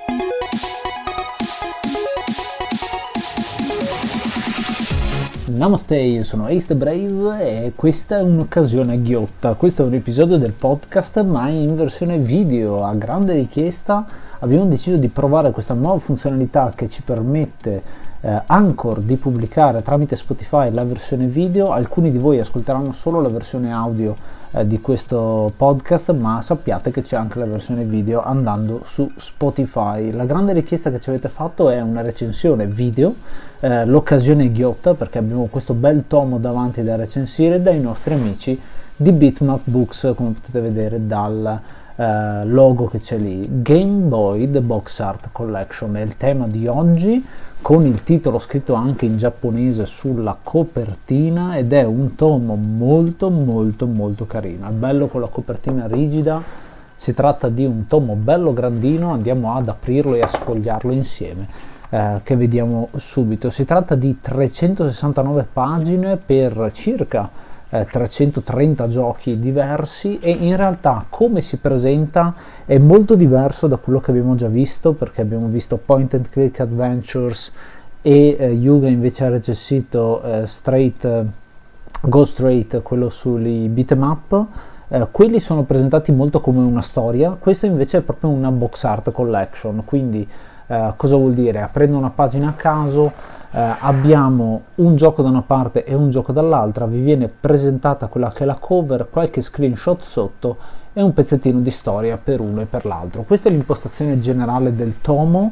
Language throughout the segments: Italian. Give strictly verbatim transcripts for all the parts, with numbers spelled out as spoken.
Namaste, io sono Ace the Brave e questa è un'occasione ghiotta. Questo è un episodio del podcast ma in versione video. A grande richiesta abbiamo deciso di provare questa nuova funzionalità che ci permette eh, Anchor di pubblicare tramite Spotify la versione video. Alcuni di voi ascolteranno solo la versione audio eh, di questo podcast, ma sappiate che c'è anche la versione video andando su Spotify. La grande richiesta che ci avete fatto è una recensione video. Eh, l'occasione è ghiotta perché abbiamo questo bel tomo davanti da recensire dai nostri amici di Bitmap Books, come potete vedere dal eh, logo che c'è lì. Game Boy The Box Art Collection è il tema di oggi, con il titolo scritto anche in giapponese sulla copertina, ed è un tomo molto molto molto carino. È bello con la copertina rigida. Si tratta di un tomo bello grandino. Andiamo ad aprirlo e a sfogliarlo insieme, eh, che vediamo subito. Si tratta di trecentosessantanove pagine per circa eh, trecentotrenta giochi diversi, e in realtà come si presenta è molto diverso da quello che abbiamo già visto, perché abbiamo visto Point and Click Adventures e eh, Yuga invece ha recensito eh, Straight eh, Go Straight, quello sui beat'em up. Eh, quelli sono presentati molto come una storia, questo invece è proprio una box art collection. Quindi eh, cosa vuol dire? Aprendo una pagina a caso eh, abbiamo un gioco da una parte e un gioco dall'altra, vi viene presentata quella che è la cover, qualche screenshot sotto e un pezzettino di storia per uno e per l'altro. Questa è l'impostazione generale del tomo.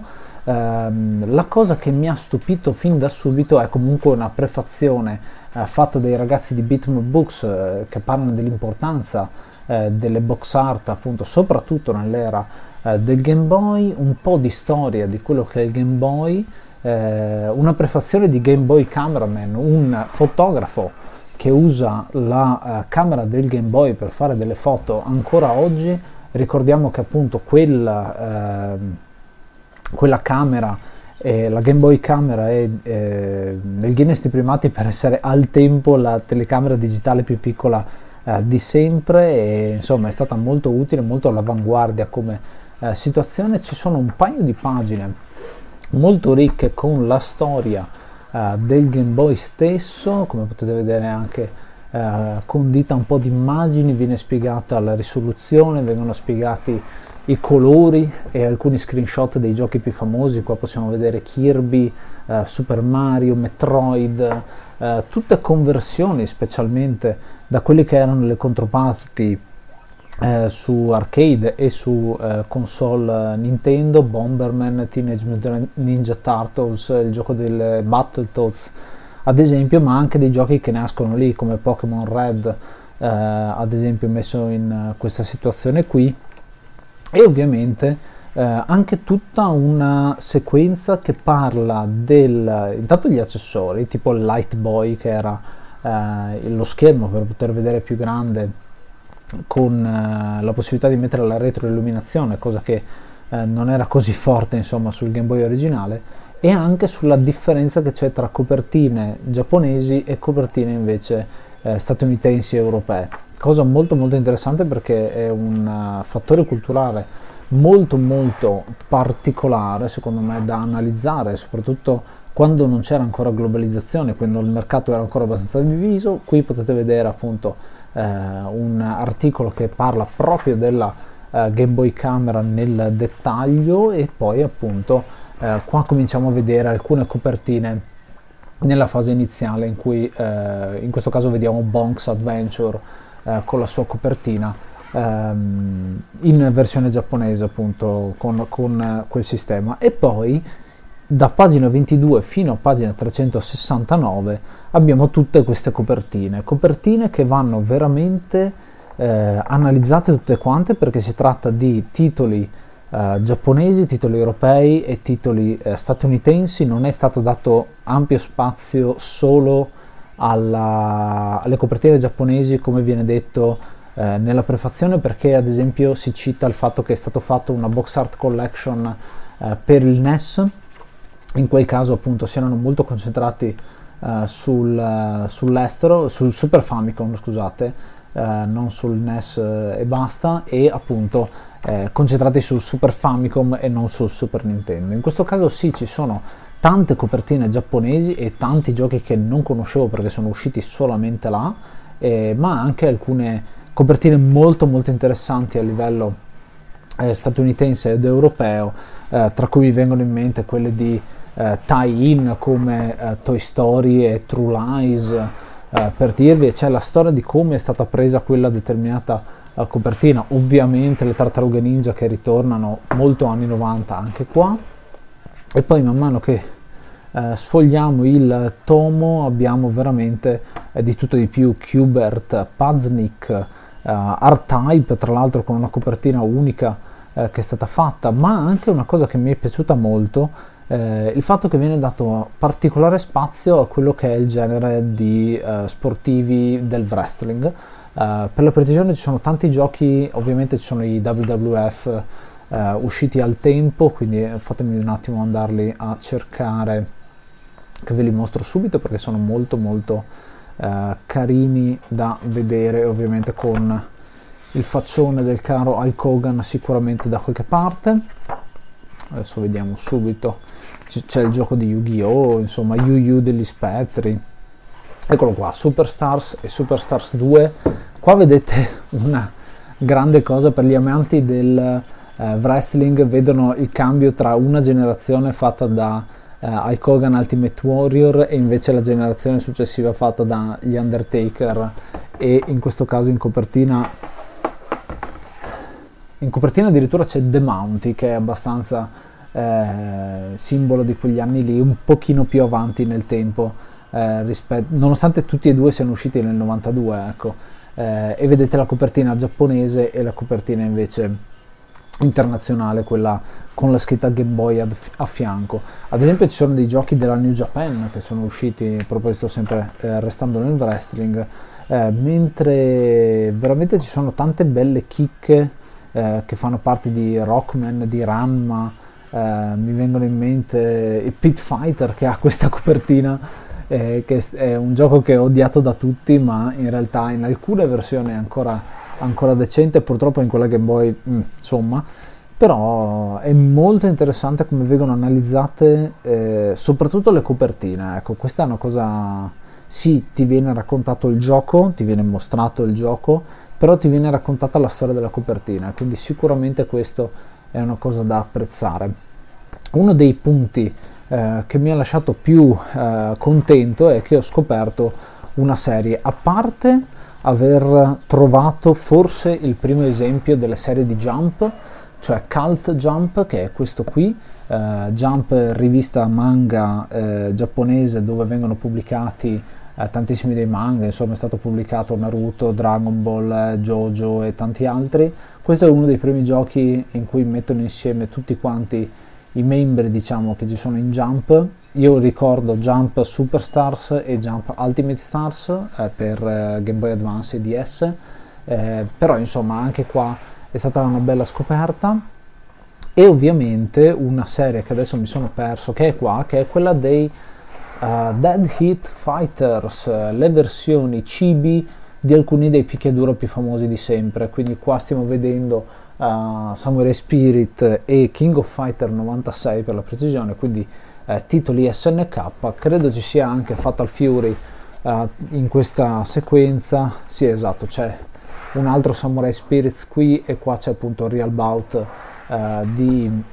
Eh, la cosa che mi ha stupito fin da subito è comunque una prefazione eh, fatta dai ragazzi di Bitmap Books, eh, che parlano dell'importanza eh, delle box art, appunto soprattutto nell'era eh, del Game Boy, un po' di storia di quello che è il Game Boy, eh, una prefazione di Game Boy Cameraman, un fotografo che usa la uh, camera del Game Boy per fare delle foto ancora oggi. Ricordiamo che appunto quella, uh, quella camera, eh, la Game Boy Camera è eh, nel Guinness dei primati per essere al tempo la telecamera digitale più piccola uh, di sempre, e insomma è stata molto utile, molto all'avanguardia come uh, situazione. Ci sono un paio di pagine molto ricche con la storia Uh, del Game Boy stesso, come potete vedere anche uh, condita un po' di immagini, viene spiegata la risoluzione, vengono spiegati i colori e alcuni screenshot dei giochi più famosi. Qua possiamo vedere Kirby, uh, Super Mario, Metroid, uh, tutte conversioni specialmente da quelle che erano le controparti Eh, su arcade e su eh, console Nintendo, Bomberman, Teenage Mutant Ninja Turtles, il gioco del Battletoads ad esempio, ma anche dei giochi che nascono lì come Pokémon Red, eh, ad esempio messo in uh, questa situazione qui, e ovviamente eh, anche tutta una sequenza che parla del, intanto gli accessori tipo il Light Boy, che era eh, lo schermo per poter vedere più grande con uh, la possibilità di mettere la retroilluminazione, cosa che uh, non era così forte insomma sul Game Boy originale, e anche sulla differenza che c'è tra copertine giapponesi e copertine invece uh, statunitensi e europee. Cosa molto molto interessante, perché è un uh, fattore culturale molto molto particolare secondo me da analizzare, soprattutto quando non c'era ancora globalizzazione, quando il mercato era ancora abbastanza diviso. Qui potete vedere appunto Uh, un articolo che parla proprio della uh, Game Boy Camera nel dettaglio, e poi appunto uh, qua cominciamo a vedere alcune copertine nella fase iniziale in cui uh, in questo caso vediamo Bonk's Adventure uh, con la sua copertina um, in versione giapponese appunto con, con uh, quel sistema. E poi da pagina ventidue fino a pagina trecentosessantanove abbiamo tutte queste copertine, copertine che vanno veramente eh, analizzate tutte quante, perché si tratta di titoli eh, giapponesi, titoli europei e titoli eh, statunitensi. Non è stato dato ampio spazio solo alla, alle copertine giapponesi, come viene detto eh, nella prefazione, perché ad esempio si cita il fatto che è stato fatto una box art collection eh, per il N E S. In quel caso appunto si erano molto concentrati uh, sul, uh, sull'estero, sul Super Famicom scusate, uh, non sul N E S uh, e basta, e appunto eh, concentrati sul Super Famicom e non sul Super Nintendo. In questo caso sì, ci sono tante copertine giapponesi e tanti giochi che non conoscevo perché sono usciti solamente là, eh, ma anche alcune copertine molto molto interessanti a livello eh, statunitense ed europeo, eh, tra cui mi vengono in mente quelle di eh, tie-in come eh, Toy Story e True Lies, eh, per dirvi. C'è la storia di come è stata presa quella determinata eh, copertina, ovviamente le tartarughe ninja che ritornano molto anni novanta anche qua. E poi man mano che eh, sfogliamo il tomo abbiamo veramente eh, di tutto di più: Qbert, Paznik, eh, R-Type, tra l'altro con una copertina unica eh, che è stata fatta, ma anche una cosa che mi è piaciuta molto, eh, il fatto che viene dato particolare spazio a quello che è il genere di eh, sportivi del wrestling. Eh, per la precisione ci sono tanti giochi, ovviamente ci sono i W W F Uh, usciti al tempo, quindi fatemi un attimo andarli a cercare, che ve li mostro subito perché sono molto molto uh, carini da vedere, ovviamente con il faccione del caro Hulk Hogan sicuramente da qualche parte. Adesso vediamo subito, C- c'è il gioco di Yu-Gi-Oh!, insomma Yu Yu degli spettri, eccolo qua, Superstars e Superstars due. Qua vedete una grande cosa per gli amanti del Uh, wrestling, vedono il cambio tra una generazione fatta da uh, Hulk Hogan Ultimate Warrior e invece la generazione successiva fatta da gli Undertaker, e in questo caso in copertina in copertina addirittura c'è The Mountie, che è abbastanza eh, simbolo di quegli anni lì, un pochino più avanti nel tempo, eh, rispetto, nonostante tutti e due siano usciti nel novantadue, ecco. Eh, e vedete la copertina giapponese e la copertina invece internazionale, quella con la scritta Game Boy a, a fianco. Ad esempio ci sono dei giochi della New Japan che sono usciti, a proposito sempre eh, restando nel wrestling, eh, mentre veramente ci sono tante belle chicche eh, che fanno parte di Rockman, di Ranma, eh, mi vengono in mente il Pit Fighter che ha questa copertina, eh, che è un gioco che è odiato da tutti, ma in realtà in alcune versioni è ancora, ancora decente, purtroppo in quella Game Boy mh, insomma, però è molto interessante come vengono analizzate eh, soprattutto le copertine. Ecco, questa è una cosa, sì, ti viene raccontato il gioco, ti viene mostrato il gioco, però ti viene raccontata la storia della copertina, quindi sicuramente questo è una cosa da apprezzare. Uno dei punti Eh, che mi ha lasciato più eh, contento è che ho scoperto una serie, a parte aver trovato forse il primo esempio delle serie di Jump, cioè Cult Jump, che è questo qui, eh, Jump, rivista manga eh, giapponese dove vengono pubblicati eh, tantissimi dei manga, insomma è stato pubblicato Naruto, Dragon Ball, JoJo e tanti altri. Questo è uno dei primi giochi in cui mettono insieme tutti quanti i membri, diciamo, che ci sono in Jump. Io ricordo Jump Superstars e Jump Ultimate Stars eh, per eh, Game Boy Advance e D S, eh, però insomma anche qua è stata una bella scoperta. E ovviamente una serie che adesso mi sono perso, che è qua, che è quella dei uh, Dead Heat Fighters, le versioni chibi di alcuni dei picchiaduro più famosi di sempre. Quindi qua stiamo vedendo Uh, Samurai Spirit e King of Fighter novantasei per la precisione, quindi eh, titoli S N K. Credo ci sia anche Fatal Fury uh, in questa sequenza. Sì, esatto, c'è un altro Samurai Spirits qui, e qua c'è appunto Real Bout uh, di,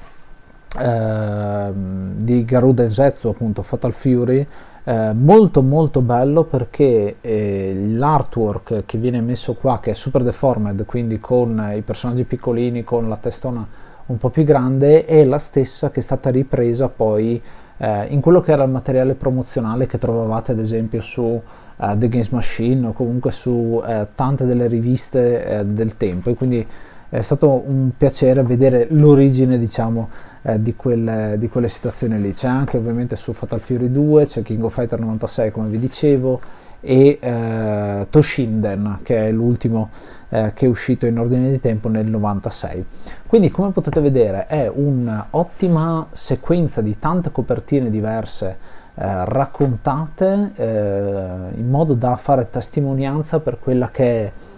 uh, di Garuda Densetsu, appunto Fatal Fury. Eh, molto molto bello perché eh, l'artwork che viene messo qua, che è super deformed, quindi con eh, i personaggi piccolini, con la testona un po' più grande, è la stessa che è stata ripresa poi eh, in quello che era il materiale promozionale che trovavate ad esempio su eh, The Games Machine o comunque su eh, tante delle riviste eh, del tempo, e quindi è stato un piacere vedere l'origine, diciamo, eh, di, quelle, di quelle situazioni lì. C'è anche ovviamente su Fatal Fury due, c'è King of Fighter novantasei come vi dicevo, e eh, Toshinden, che è l'ultimo eh, che è uscito in ordine di tempo nel novantasei. Quindi come potete vedere è un'ottima sequenza di tante copertine diverse eh, raccontate eh, in modo da fare testimonianza per quella che è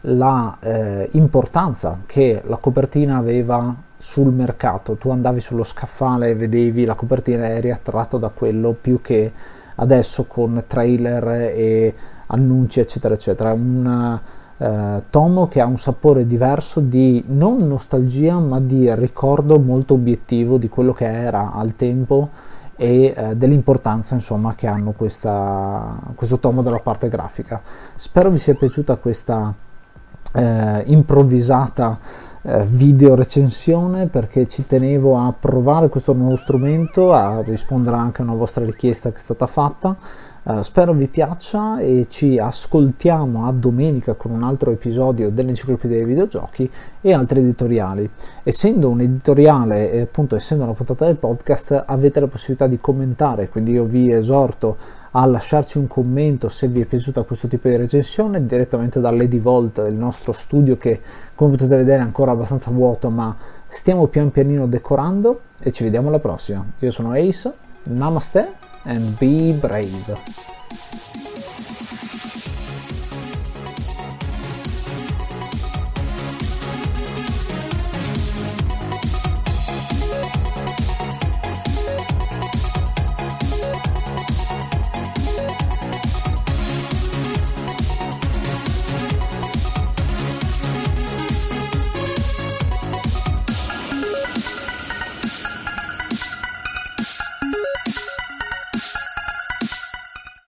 la eh, importanza che la copertina aveva sul mercato. Tu andavi sullo scaffale e vedevi la copertina e eri attratto da quello, più che adesso con trailer e annunci eccetera eccetera. Un eh, tomo che ha un sapore diverso di non nostalgia ma di ricordo molto obiettivo di quello che era al tempo e eh, dell'importanza insomma che hanno questa, questo tomo della parte grafica. Spero vi sia piaciuta questa eh, improvvisata eh, video recensione, perché ci tenevo a provare questo nuovo strumento, a rispondere anche a una vostra richiesta che è stata fatta. Uh, spero vi piaccia e ci ascoltiamo a domenica con un altro episodio dell'Enciclopedia dei Videogiochi e altri editoriali. Essendo un editoriale e appunto essendo una puntata del podcast, avete la possibilità di commentare, quindi io vi esorto a lasciarci un commento se vi è piaciuta questo tipo di recensione direttamente da Lady Vault, il nostro studio che come potete vedere è ancora abbastanza vuoto, ma stiamo pian pianino decorando, e ci vediamo alla prossima. Io sono Ace, namaste and be brave.